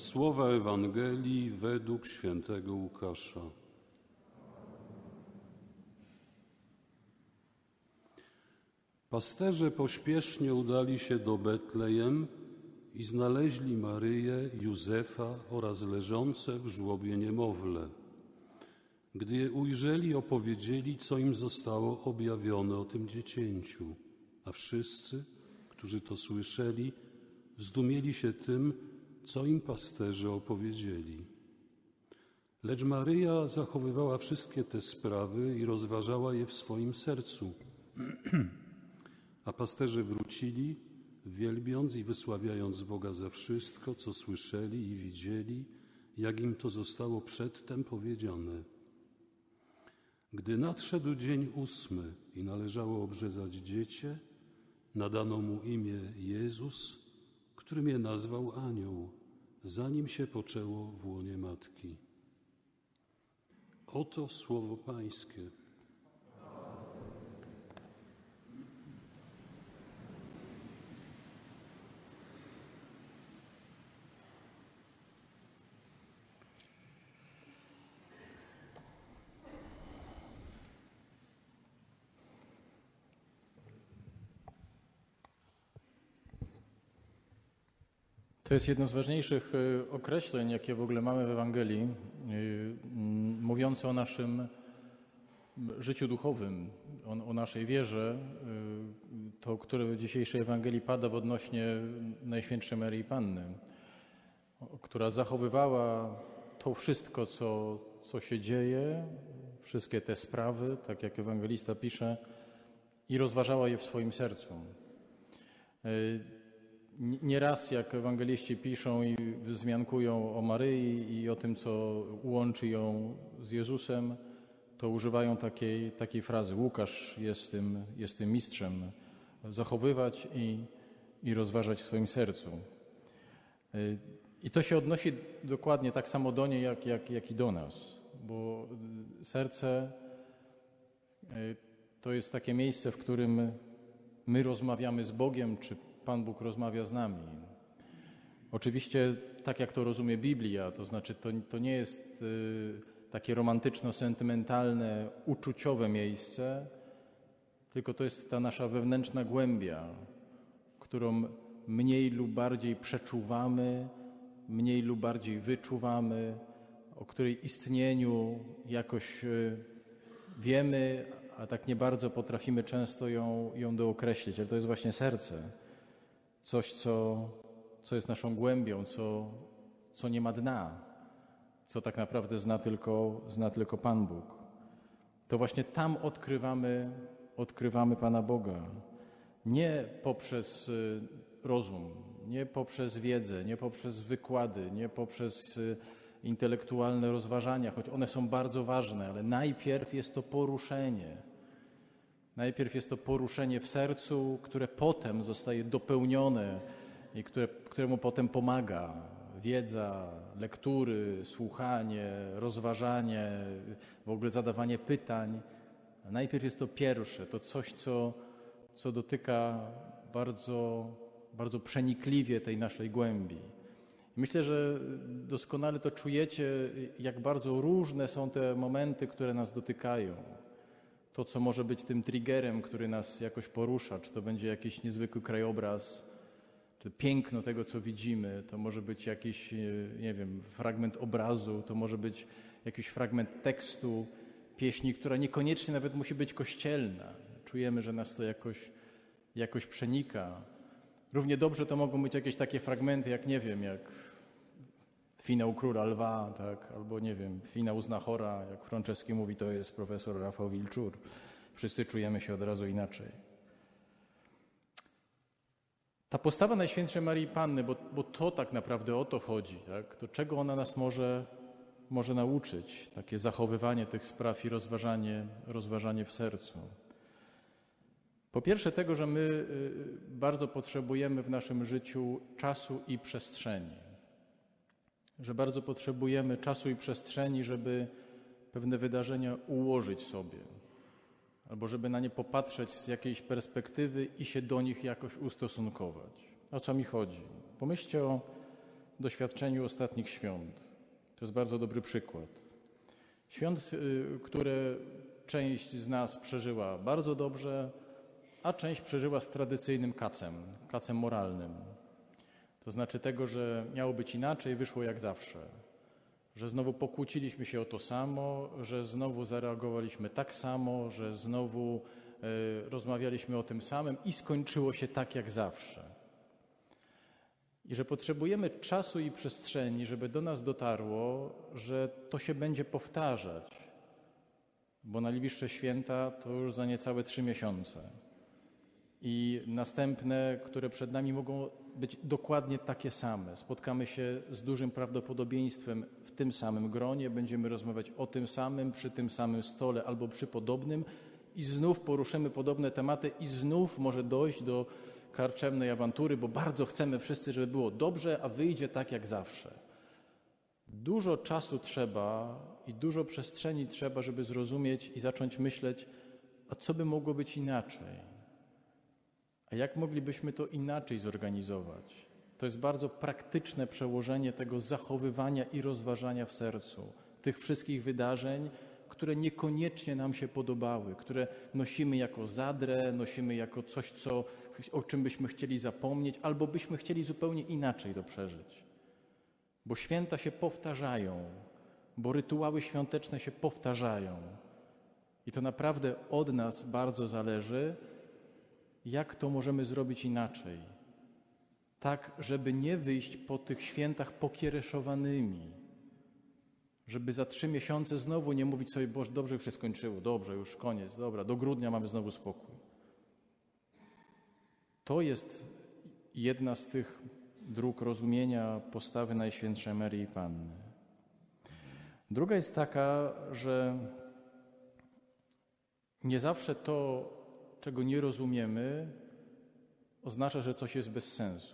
Słowa Ewangelii według świętego Łukasza. Pasterze pośpiesznie udali się do Betlejem i znaleźli Maryję, Józefa oraz leżące w żłobie niemowlę. Gdy je ujrzeli, opowiedzieli, co im zostało objawione o tym dziecięciu, a wszyscy, którzy to słyszeli, zdumieli się tym, co im pasterze opowiedzieli. Lecz Maryja zachowywała wszystkie te sprawy i rozważała je w swoim sercu. A pasterze wrócili, wielbiąc i wysławiając Boga za wszystko, co słyszeli i widzieli, jak im to zostało przedtem powiedziane. Gdy nadszedł dzień 8 i należało obrzezać dziecię, nadano mu imię Jezus, którym je nazwał anioł, zanim się poczęło w łonie matki. Oto słowo Pańskie. To jest jedno z ważniejszych określeń, jakie w ogóle mamy w Ewangelii, mówiące o naszym życiu duchowym, o naszej wierze. To, które w dzisiejszej Ewangelii pada w odnośnie Najświętszej Maryi Panny, która zachowywała to wszystko, co się dzieje, wszystkie te sprawy, tak jak ewangelista pisze, i rozważała je w swoim sercu. Nieraz, jak ewangeliści piszą i wzmiankują o Maryi i o tym, co łączy ją z Jezusem, to używają takiej frazy. Łukasz jest tym mistrzem. Zachowywać i rozważać w swoim sercu. I to się odnosi dokładnie tak samo do niej, jak i do nas. Bo serce to jest takie miejsce, w którym my rozmawiamy z Bogiem, czy Pan Bóg rozmawia z nami. Oczywiście tak jak to rozumie Biblia, to znaczy to nie jest takie romantyczno-sentymentalne, uczuciowe miejsce, tylko to jest ta nasza wewnętrzna głębia, którą mniej lub bardziej przeczuwamy, mniej lub bardziej wyczuwamy, o której istnieniu jakoś wiemy, a tak nie bardzo potrafimy często ją dookreślić. Ale to jest właśnie serce. Coś, co jest naszą głębią, co nie ma dna, co tak naprawdę zna tylko Pan Bóg. To właśnie tam odkrywamy Pana Boga. Nie poprzez rozum, nie poprzez wiedzę, nie poprzez wykłady, nie poprzez intelektualne rozważania, choć one są bardzo ważne, ale najpierw jest to poruszenie. Najpierw jest to poruszenie w sercu, które potem zostaje dopełnione i któremu potem pomaga wiedza, lektury, słuchanie, rozważanie, w ogóle zadawanie pytań. A najpierw jest to pierwsze, to coś, co dotyka bardzo, bardzo przenikliwie tej naszej głębi. Myślę, że doskonale to czujecie, jak bardzo różne są te momenty, które nas dotykają. To, co może być tym triggerem, który nas jakoś porusza, czy to będzie jakiś niezwykły krajobraz, czy piękno tego, co widzimy, to może być jakiś, nie wiem, fragment obrazu, to może być jakiś fragment tekstu, pieśni, która niekoniecznie nawet musi być kościelna. Czujemy, że nas to jakoś przenika. Równie dobrze to mogą być jakieś takie fragmenty, jak nie wiem, jak finał Króla Lwa, tak? Albo nie wiem, finał Znachora, jak Franceski mówi, to jest profesor Rafał Wilczur. Wszyscy czujemy się od razu inaczej. Ta postawa Najświętszej Maryi Panny, bo to tak naprawdę o to chodzi, tak? To czego ona nas może nauczyć? Takie zachowywanie tych spraw i rozważanie w sercu. Po pierwsze tego, że my bardzo potrzebujemy w naszym życiu czasu i przestrzeni. Że bardzo potrzebujemy czasu i przestrzeni, żeby pewne wydarzenia ułożyć sobie. Albo żeby na nie popatrzeć z jakiejś perspektywy i się do nich jakoś ustosunkować. O co mi chodzi? Pomyślcie o doświadczeniu ostatnich świąt. To jest bardzo dobry przykład. Świąt, które część z nas przeżyła bardzo dobrze, a część przeżyła z tradycyjnym kacem moralnym. To znaczy tego, że miało być inaczej, wyszło jak zawsze. Że znowu pokłóciliśmy się o to samo, że znowu zareagowaliśmy tak samo, że znowu rozmawialiśmy o tym samym i skończyło się tak jak zawsze. I że potrzebujemy czasu i przestrzeni, żeby do nas dotarło, że to się będzie powtarzać, bo najbliższe święta to już za niecałe 3 miesiące. I następne, które przed nami mogą być dokładnie takie same. Spotkamy się z dużym prawdopodobieństwem w tym samym gronie, będziemy rozmawiać o tym samym, przy tym samym stole albo przy podobnym i znów poruszymy podobne tematy i znów może dojść do karczemnej awantury, bo bardzo chcemy wszyscy, żeby było dobrze, a wyjdzie tak jak zawsze. Dużo czasu trzeba i dużo przestrzeni trzeba, żeby zrozumieć i zacząć myśleć, a co by mogło być inaczej? A jak moglibyśmy to inaczej zorganizować? To jest bardzo praktyczne przełożenie tego zachowywania i rozważania w sercu tych wszystkich wydarzeń, które niekoniecznie nam się podobały, które nosimy jako zadrę, nosimy jako coś, o czym byśmy chcieli zapomnieć, albo byśmy chcieli zupełnie inaczej to przeżyć. Bo święta się powtarzają, bo rytuały świąteczne się powtarzają. I to naprawdę od nas bardzo zależy, jak to możemy zrobić inaczej. Tak, żeby nie wyjść po tych świętach pokiereszowanymi, żeby za 3 miesiące znowu nie mówić sobie, Boże, dobrze już się skończyło, dobrze, już koniec, dobra, do grudnia mamy znowu spokój. To jest jedna z tych dróg rozumienia postawy Najświętszej Maryi Panny. Druga jest taka, że nie zawsze to, czego nie rozumiemy, oznacza, że coś jest bez sensu.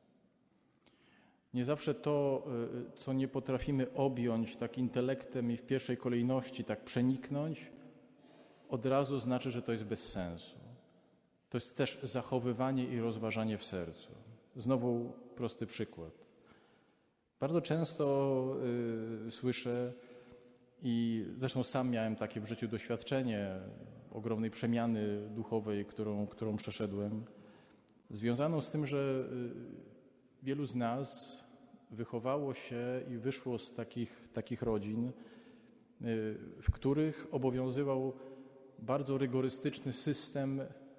Nie zawsze to, co nie potrafimy objąć tak intelektem i w pierwszej kolejności tak przeniknąć, od razu znaczy, że to jest bez sensu. To jest też zachowywanie i rozważanie w sercu. Znowu prosty przykład. Bardzo często słyszę i zresztą sam miałem takie w życiu doświadczenie ogromnej przemiany duchowej, którą przeszedłem, związaną z tym, że wielu z nas wychowało się i wyszło z takich rodzin, w których obowiązywał bardzo rygorystyczny system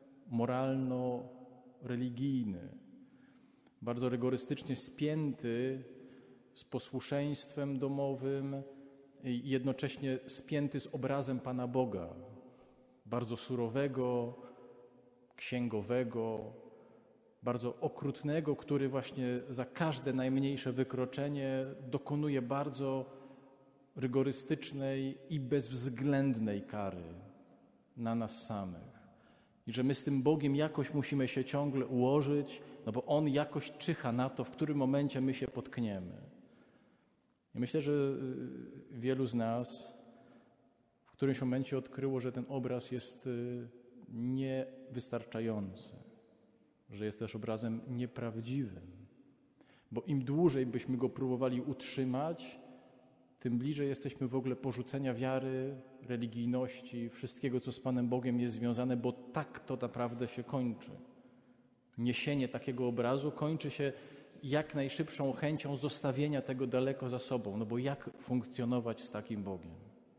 moralno-religijny, bardzo rygorystycznie spięty z posłuszeństwem domowym i jednocześnie spięty z obrazem Pana Boga, bardzo surowego, księgowego, bardzo okrutnego, który właśnie za każde najmniejsze wykroczenie dokonuje bardzo rygorystycznej i bezwzględnej kary na nas samych. I że my z tym Bogiem jakoś musimy się ciągle ułożyć, no bo On jakoś czyha na to, w którym momencie my się potkniemy. I myślę, że wielu z nas w którymś momencie odkryło, że ten obraz jest niewystarczający, że jest też obrazem nieprawdziwym. Bo im dłużej byśmy go próbowali utrzymać, tym bliżej jesteśmy w ogóle porzucenia wiary, religijności, wszystkiego, co z Panem Bogiem jest związane, bo tak to naprawdę się kończy. Niesienie takiego obrazu kończy się jak najszybszą chęcią zostawienia tego daleko za sobą. No bo jak funkcjonować z takim Bogiem?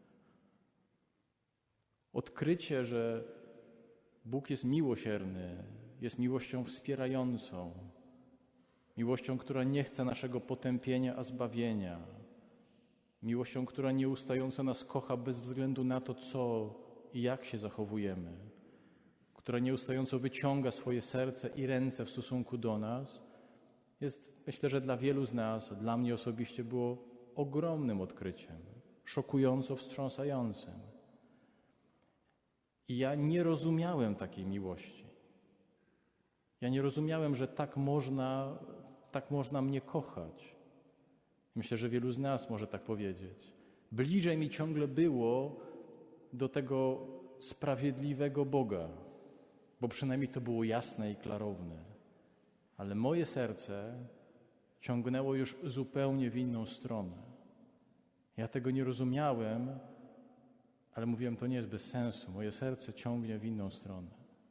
Odkrycie, że Bóg jest miłosierny, jest miłością wspierającą, miłością, która nie chce naszego potępienia, a zbawienia, miłością, która nieustająco nas kocha bez względu na to, co i jak się zachowujemy, która nieustająco wyciąga swoje serce i ręce w stosunku do nas, jest, myślę, że dla wielu z nas, dla mnie osobiście było ogromnym odkryciem, szokująco wstrząsającym. I ja nie rozumiałem takiej miłości. Ja nie rozumiałem, że tak można mnie kochać. Myślę, że wielu z nas może tak powiedzieć. Bliżej mi ciągle było do tego sprawiedliwego Boga, bo przynajmniej to było jasne i klarowne. Ale moje serce ciągnęło już zupełnie w inną stronę. Ja tego nie rozumiałem, ale mówiłem, to nie jest bez sensu. Moje serce ciągnie w inną stronę.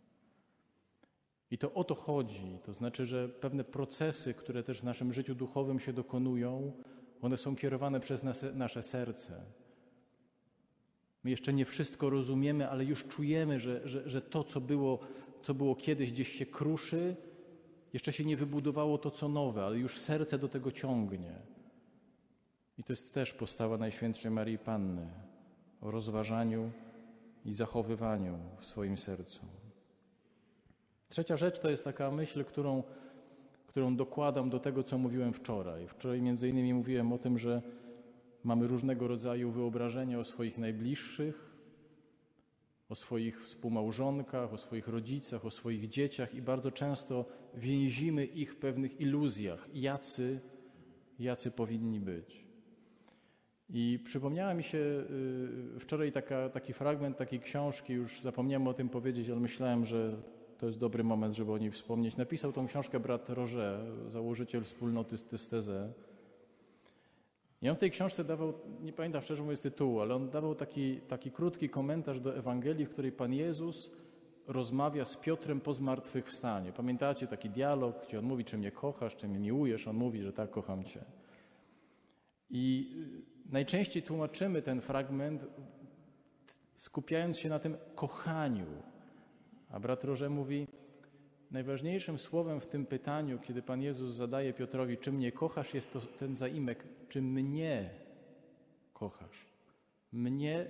I to o to chodzi. To znaczy, że pewne procesy, które też w naszym życiu duchowym się dokonują, one są kierowane przez nasze serce. My jeszcze nie wszystko rozumiemy, ale już czujemy, że to, co było kiedyś, gdzieś się kruszy. Jeszcze się nie wybudowało to, co nowe, ale już serce do tego ciągnie. I to jest też postawa Najświętszej Maryi Panny o rozważaniu i zachowywaniu w swoim sercu. Trzecia rzecz to jest taka myśl, którą dokładam do tego, co mówiłem wczoraj. Wczoraj między innymi mówiłem o tym, że mamy różnego rodzaju wyobrażenia o swoich najbliższych, o swoich współmałżonkach, o swoich rodzicach, o swoich dzieciach i bardzo często więzimy ich w pewnych iluzjach, jacy powinni być. I przypomniała mi się wczoraj taki fragment takiej książki, już zapomniałem o tym powiedzieć, ale myślałem, że to jest dobry moment, żeby o niej wspomnieć. Napisał tą książkę brat Roger, założyciel wspólnoty Tystezę. I on w tej książce dawał, nie pamiętam szczerze mówiąc tytułu, ale on dawał taki krótki komentarz do Ewangelii, w której Pan Jezus rozmawia z Piotrem po zmartwychwstaniu. Pamiętacie taki dialog, gdzie on mówi, czy mnie kochasz, czy mnie miłujesz? On mówi, że tak, kocham Cię. I najczęściej tłumaczymy ten fragment, skupiając się na tym kochaniu. A brat Roger mówi, najważniejszym słowem w tym pytaniu, kiedy Pan Jezus zadaje Piotrowi, czy mnie kochasz, jest to ten zaimek, czy mnie kochasz. Mnie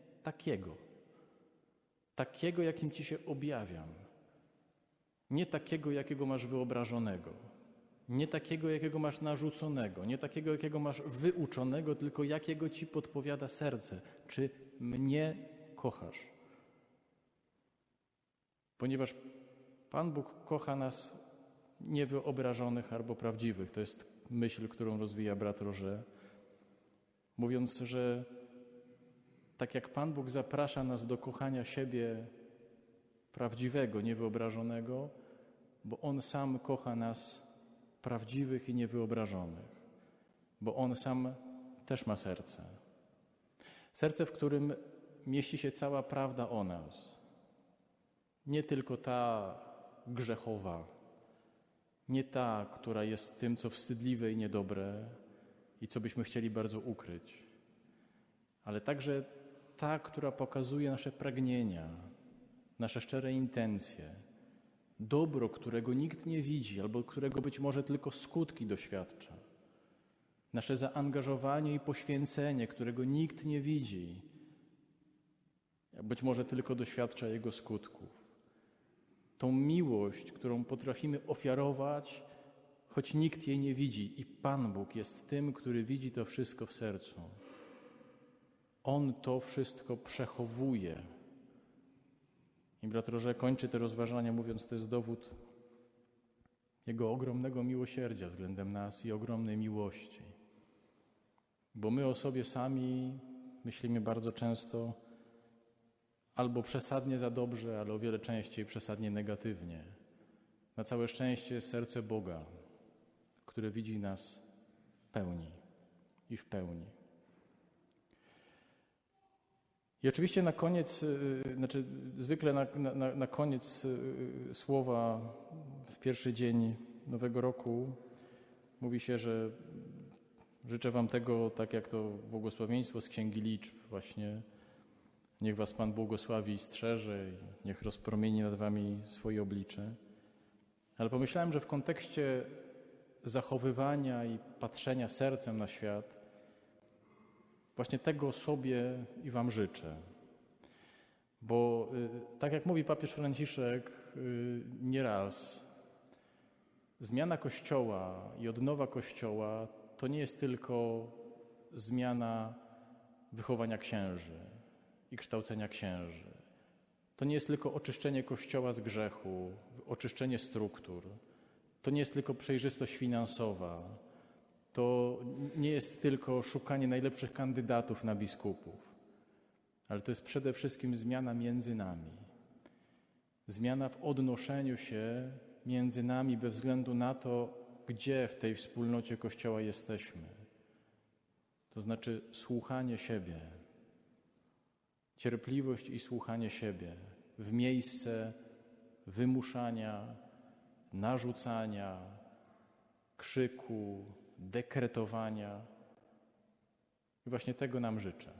takiego, jakim Ci się objawiam. Nie takiego, jakiego masz wyobrażonego. Nie takiego, jakiego masz narzuconego. Nie takiego, jakiego masz wyuczonego, tylko jakiego Ci podpowiada serce. Czy mnie kochasz? Ponieważ Pan Bóg kocha nas niewyobrażonych albo prawdziwych. To jest myśl, którą rozwija brat Roger, mówiąc, że tak jak Pan Bóg zaprasza nas do kochania siebie prawdziwego, niewyobrażonego, bo On sam kocha nas prawdziwych i niewyobrażonych, bo On sam też ma serce. Serce, w którym mieści się cała prawda o nas. Nie tylko ta grzechowa, nie ta, która jest tym, co wstydliwe i niedobre i co byśmy chcieli bardzo ukryć, ale także ta, która pokazuje nasze pragnienia, nasze szczere intencje, dobro, którego nikt nie widzi albo którego być może tylko skutki doświadcza, nasze zaangażowanie i poświęcenie, którego nikt nie widzi, być może tylko doświadcza jego skutków. Tą miłość, którą potrafimy ofiarować, choć nikt jej nie widzi. I Pan Bóg jest tym, który widzi to wszystko w sercu. On to wszystko przechowuje. I brat Roger kończy te rozważania mówiąc, to jest dowód Jego ogromnego miłosierdzia względem nas i ogromnej miłości. Bo my o sobie sami myślimy bardzo często albo przesadnie za dobrze, ale o wiele częściej przesadnie negatywnie. Na całe szczęście jest serce Boga, które widzi nas w pełni i w pełni. I oczywiście na koniec, zwykle na koniec słowa w pierwszy dzień Nowego Roku mówi się, że życzę Wam tego, tak jak to błogosławieństwo z Księgi Liczb właśnie. Niech Was Pan błogosławi i strzeże i niech rozpromieni nad Wami swoje oblicze. Ale pomyślałem, że w kontekście zachowywania i patrzenia sercem na świat właśnie tego sobie i Wam życzę. Bo tak jak mówi papież Franciszek nieraz, zmiana Kościoła i odnowa Kościoła to nie jest tylko zmiana wychowania księży i kształcenia księży. To nie jest tylko oczyszczenie Kościoła z grzechu, oczyszczenie struktur. To nie jest tylko przejrzystość finansowa. To nie jest tylko szukanie najlepszych kandydatów na biskupów. Ale to jest przede wszystkim zmiana między nami. Zmiana w odnoszeniu się między nami bez względu na to, gdzie w tej wspólnocie Kościoła jesteśmy. To znaczy słuchanie siebie, cierpliwość i słuchanie siebie w miejsce wymuszania, narzucania, krzyku, dekretowania. I właśnie tego nam życzę.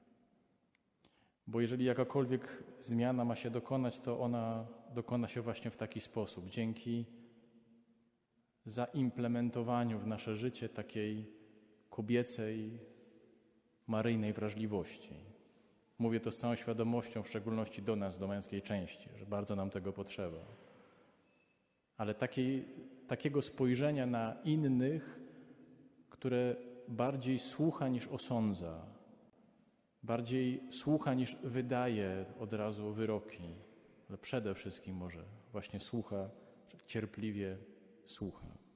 Bo jeżeli jakakolwiek zmiana ma się dokonać, to ona dokona się właśnie w taki sposób, dzięki zaimplementowaniu w nasze życie takiej kobiecej, maryjnej wrażliwości. Mówię to z całą świadomością, w szczególności do nas, do męskiej części, że bardzo nam tego potrzeba. Ale takiego spojrzenia na innych, które bardziej słucha niż osądza, bardziej słucha niż wydaje od razu wyroki, ale przede wszystkim może właśnie słucha, cierpliwie słucha.